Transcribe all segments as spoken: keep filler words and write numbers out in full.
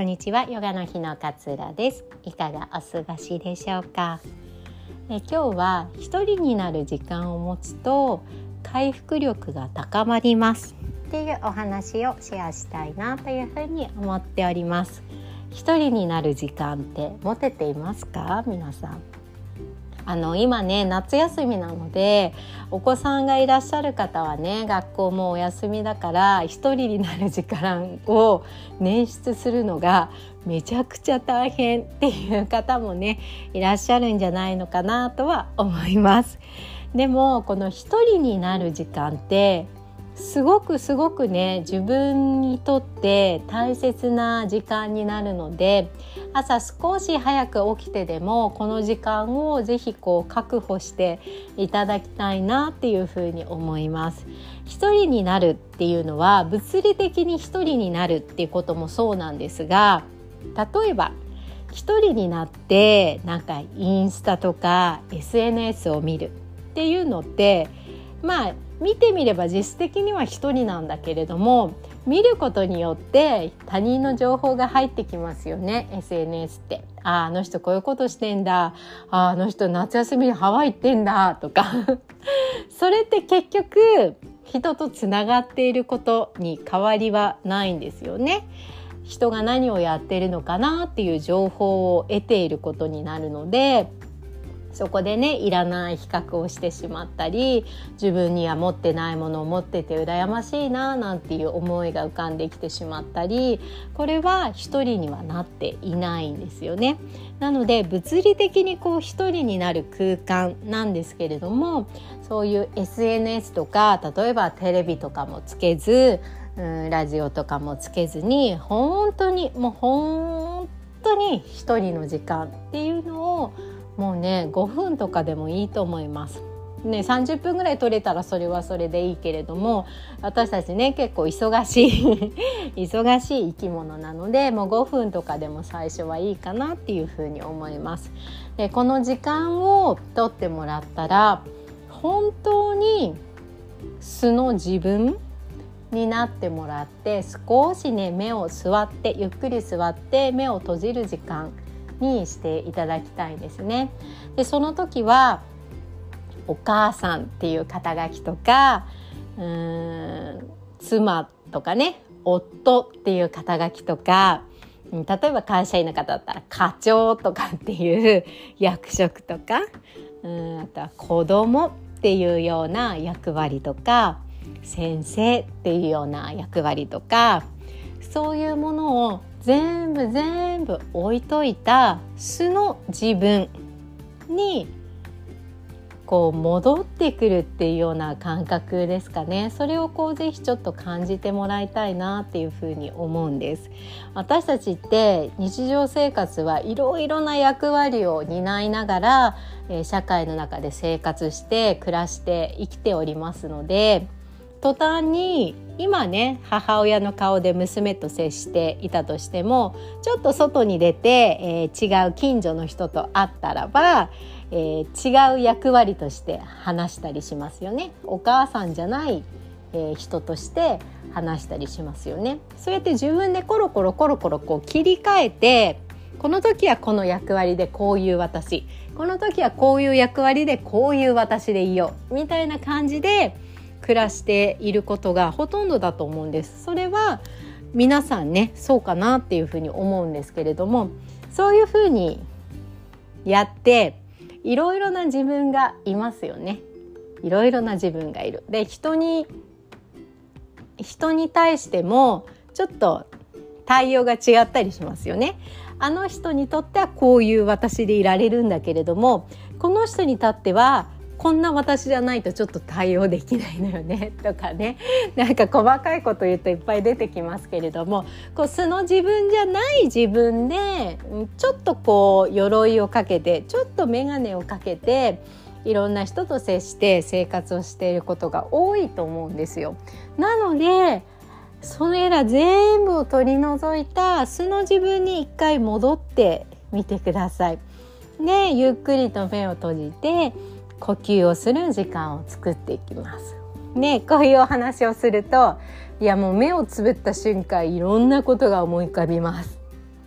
んにちは。ヨガの日の勝浦です。いかがお過ごしでしょうか。え今日は一人になる時間を持つと回復力が高まりますっていうお話をシェアしたいなというふうに思っております。一人になる時間って持てていますか？皆さん。あの今ね夏休みなのでお子さんがいらっしゃる方はね学校もお休みだから一人になる時間を捻出するのがめちゃくちゃ大変っていう方もねいらっしゃるんじゃないのかなとは思います。でもこの一人になる時間ってすごくすごくね自分にとって大切な時間になるので、朝少し早く起きてでもこの時間をぜひこう確保していただきたいなっていうふうに思います。一人になるっていうのは物理的に一人になるっていうこともそうなんですが、例えば一人になってなんかインスタとか エスエヌエス を見るっていうのってまあ見てみれば実質的には一人なんだけれども、見ることによって他人の情報が入ってきますよね。 エスエヌエス ってあ, あの人こういうことしてんだ、あ, あの人夏休みにハワイ行ってんだとかそれって結局人とつながっていることに変わりはないんですよね。人が何をやっているのかなっていう情報を得ていることになるので、そこでねいらない比較をしてしまったり、自分には持ってないものを持ってて羨ましいななんていう思いが浮かんできてしまったり、これは一人にはなっていないんですよね。なので物理的にこう一人になる空間なんですけれども、そういう エスエヌエス とか例えばテレビとかもつけず、うん、ラジオとかもつけずに本当にもう本当に一人の時間っていうのをもうねごふんとかでもいいと思います、ね、さんじゅっぷんぐらい取れたらそれはそれでいいけれども、私たちね結構忙しい忙しい生き物なので、もうごふんとかでも最初はいいかなっていうふうに思います。でこの時間を取ってもらったら本当に素の自分になってもらって、少しね目を座ってゆっくり座って目を閉じる時間にしていただきたいですね。でその時はお母さんっていう肩書きとか、うーん妻とかね夫っていう肩書きとか、例えば会社員の方だったら課長とかっていう役職とか、うーんあとは子供っていうような役割とか、先生っていうような役割とか、そういうものを全部全部置いといた素の自分にこう戻ってくるっていうような感覚ですかね。それをこうぜひちょっと感じてもらいたいなっていうふうに思うんです。私たちって日常生活はいろいろな役割を担いながら、えー、社会の中で生活して暮らして生きておりますので、途端に今ね母親の顔で娘と接していたとしても、ちょっと外に出て、えー、違う近所の人と会ったらば、えー、違う役割として話したりしますよね。お母さんじゃない、えー、人として話したりしますよね。そうやって自分でコロコロコロコロこう切り替えて、この時はこの役割でこういう私、この時はこういう役割でこういう私でいようみたいな感じで暮らしていることがほとんどだと思うんです。それは皆さんねそうかなっていうふうに思うんですけれども、そういうふうにやっていろいろな自分がいますよね。いろいろな自分がいる。で人に人に対してもちょっと対応が違ったりしますよね。あの人にとってはこういう私でいられるんだけれども、この人にとってはこんな私じゃないとちょっと対応できないのよねとかね、なんか細かいこと言うといっぱい出てきますけれども、こう素の自分じゃない自分でちょっとこう鎧をかけて、ちょっと眼鏡をかけていろんな人と接して生活をしていることが多いと思うんですよ。なのでそれら全部を取り除いた素の自分に一回戻ってみてください。でゆっくりと目を閉じて呼吸をする時間を作っていきます。ね、こういうお話をすると、いやもう目をつぶった瞬間いろんなことが思い浮かびます。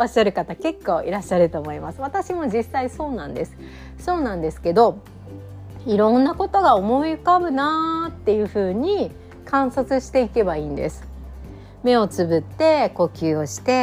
おっしゃる方結構いらっしゃると思います。私も実際そうなんですそうなんですけど、いろんなことが思い浮かぶなっていう風に観察していけばいいんです。目をつぶって呼吸をして、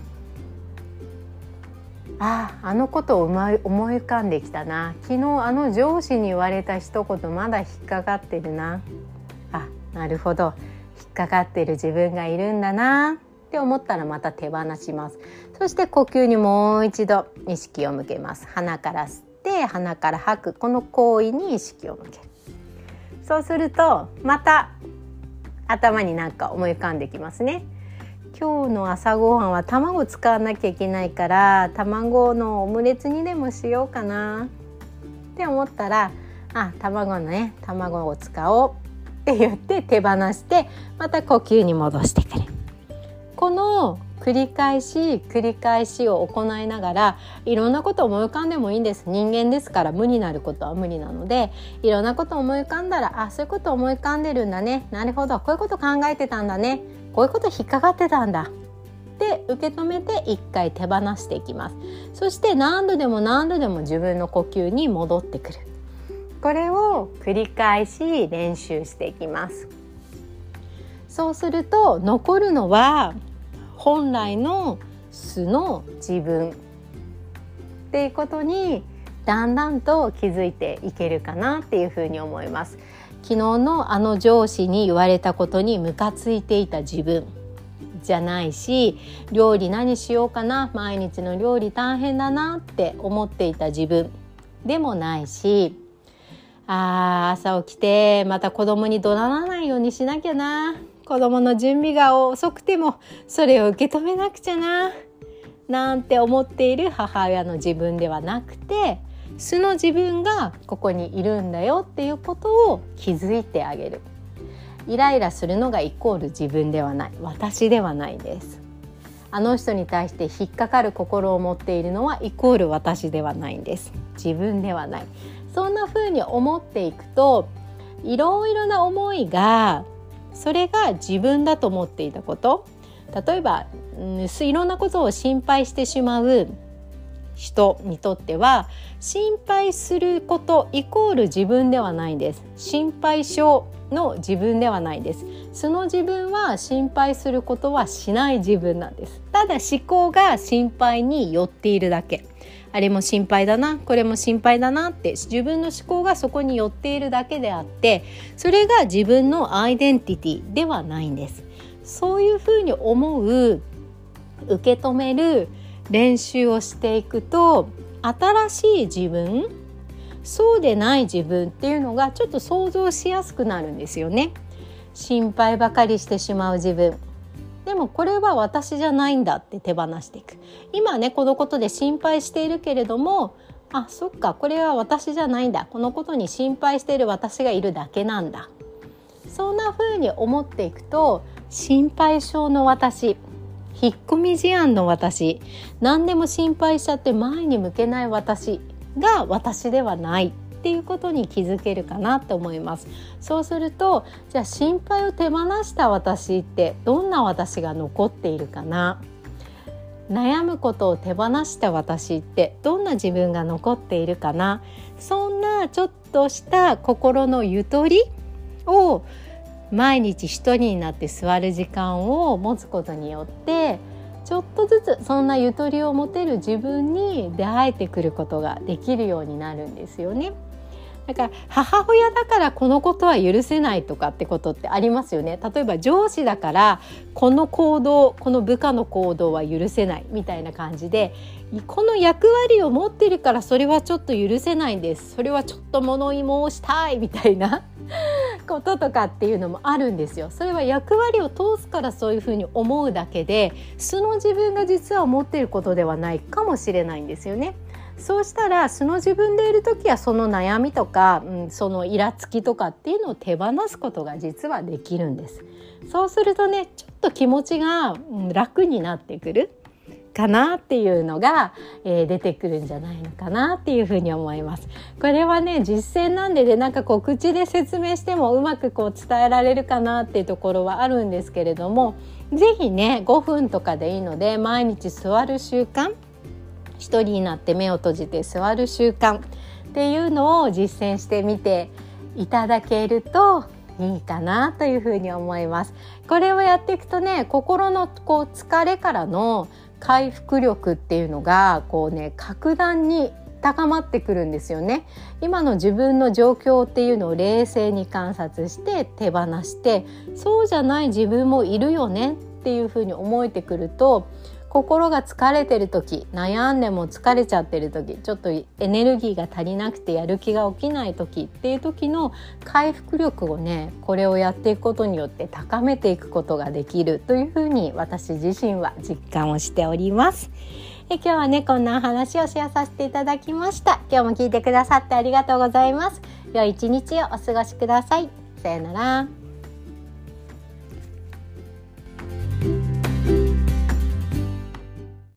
ああ、あのことを思い浮かんできたな、昨日あの上司に言われた一言まだ引っかかってるな、あ、なるほど、引っかかってる自分がいるんだなって思ったらまた手放します。そして呼吸にもう一度意識を向けます。鼻から吸って鼻から吐く、この行為に意識を向ける。そうするとまた頭になんか思い浮かんできますね。今日の朝ごはんは卵使わなきゃいけないから、卵のオムレツにでもしようかなって思ったら、あ、卵のね卵を使おうって言って手放してまた呼吸に戻してくる。この繰り返し繰り返しを行いながら、いろんなことを思い浮かんでもいいんです。人間ですから無になることは無理なので、いろんなことを思い浮かんだら、あ、そういうこと思い浮かんでるんだね、なるほど、こういうこと考えてたんだね、こういうこと引っかかってたんだって受け止めて一回手放していきます。そして何度でも何度でも自分の呼吸に戻ってくる。これを繰り返し練習していきます。そうすると残るのは本来の素の自分っていうことにだんだんと気づいていけるかなっていうふうに思います。昨日のあの上司に言われたことにムカついていた自分じゃないし、料理何しようかな、毎日の料理大変だなって思っていた自分でもないし、あー、朝起きてまた子供に怒鳴らないようにしなきゃな、子供の準備が遅くてもそれを受け止めなくちゃななんて思っている母親の自分ではなくて、素の自分がここにいるんだよっていうことを気づいてあげる。イライラするのがイコール自分ではない、私ではないです。あの人に対して引っかかる心を持っているのはイコール私ではないんです。自分ではない。そんな風に思っていくと、いろいろな思いが、それが自分だと思っていたこと、例えば、うん、いろんなことを心配してしまう人にとっては、心配することイコール自分ではないんです。心配性の自分ではないです。その自分は心配することはしない自分なんです。ただ思考が心配に寄っているだけ、あれも心配だな、これも心配だなって自分の思考がそこに寄っているだけであって、それが自分のアイデンティティではないんです。そういうふうに思う、受け止める練習をしていくと、新しい自分、そうでない自分っていうのがちょっと想像しやすくなるんですよね。心配ばかりしてしまう自分、でもこれは私じゃないんだって手放していく。今ねこのことで心配しているけれども、あ、そっか、これは私じゃないんだ、このことに心配している私がいるだけなんだ。そんな風に思っていくと、心配性の私、引っ込み思案の私、何でも心配しちゃって前に向けない私が私ではないっていうことに気づけるかなと思います。そうすると、じゃあ心配を手放した私ってどんな私が残っているかな、悩むことを手放した私ってどんな自分が残っているかな、そんなちょっとした心のゆとりを毎日一人になって座る時間を持つことによって、ちょっとずつそんなゆとりを持てる自分に出会えてくることができるようになるんですよね。だから母親だからこのことは許せないとかってことってありますよね。例えば上司だからこの行動、この部下の行動は許せないみたいな感じで、この役割を持ってるからそれはちょっと許せないんです、それはちょっと物言い申したいみたいなこととかっていうのもあるんですよ。それは役割を通すからそういうふうに思うだけで、素の自分が実は思っていることではないかもしれないんですよね。そうしたら素の自分でいるときはその悩みとか、うん、そのイラつきとかっていうのを手放すことが実はできるんです。そうするとね、ちょっと気持ちが、うん、楽になってくる。 かなっていうのが、えー、出てくるんじゃないのかなっていうふうに思います。これはね実践なんでね、なんかこう口で説明してもうまくこう伝えられるかなっていうところはあるんですけれども、ぜひねごふんとかでいいので毎日座る習慣、一人になって目を閉じて座る習慣っていうのを実践してみていただけるといいかなというふうに思います。これをやっていくとね、心のこう疲れからの回復力っていうのがこうね格段に高まってくるんですよね。今の自分の状況っていうのを冷静に観察して手放して、そうじゃない自分もいるよねっていうふうに思えてくると、心が疲れてる時、悩んでも疲れちゃってる時、ちょっとエネルギーが足りなくてやる気が起きない時っていう時の回復力をね、これをやっていくことによって高めていくことができるというふうに私自身は実感をしております。え今日はねこんなお話をシェアさせていただきました。今日も聞いてくださってありがとうございます。良い一日をお過ごしください。さよなら。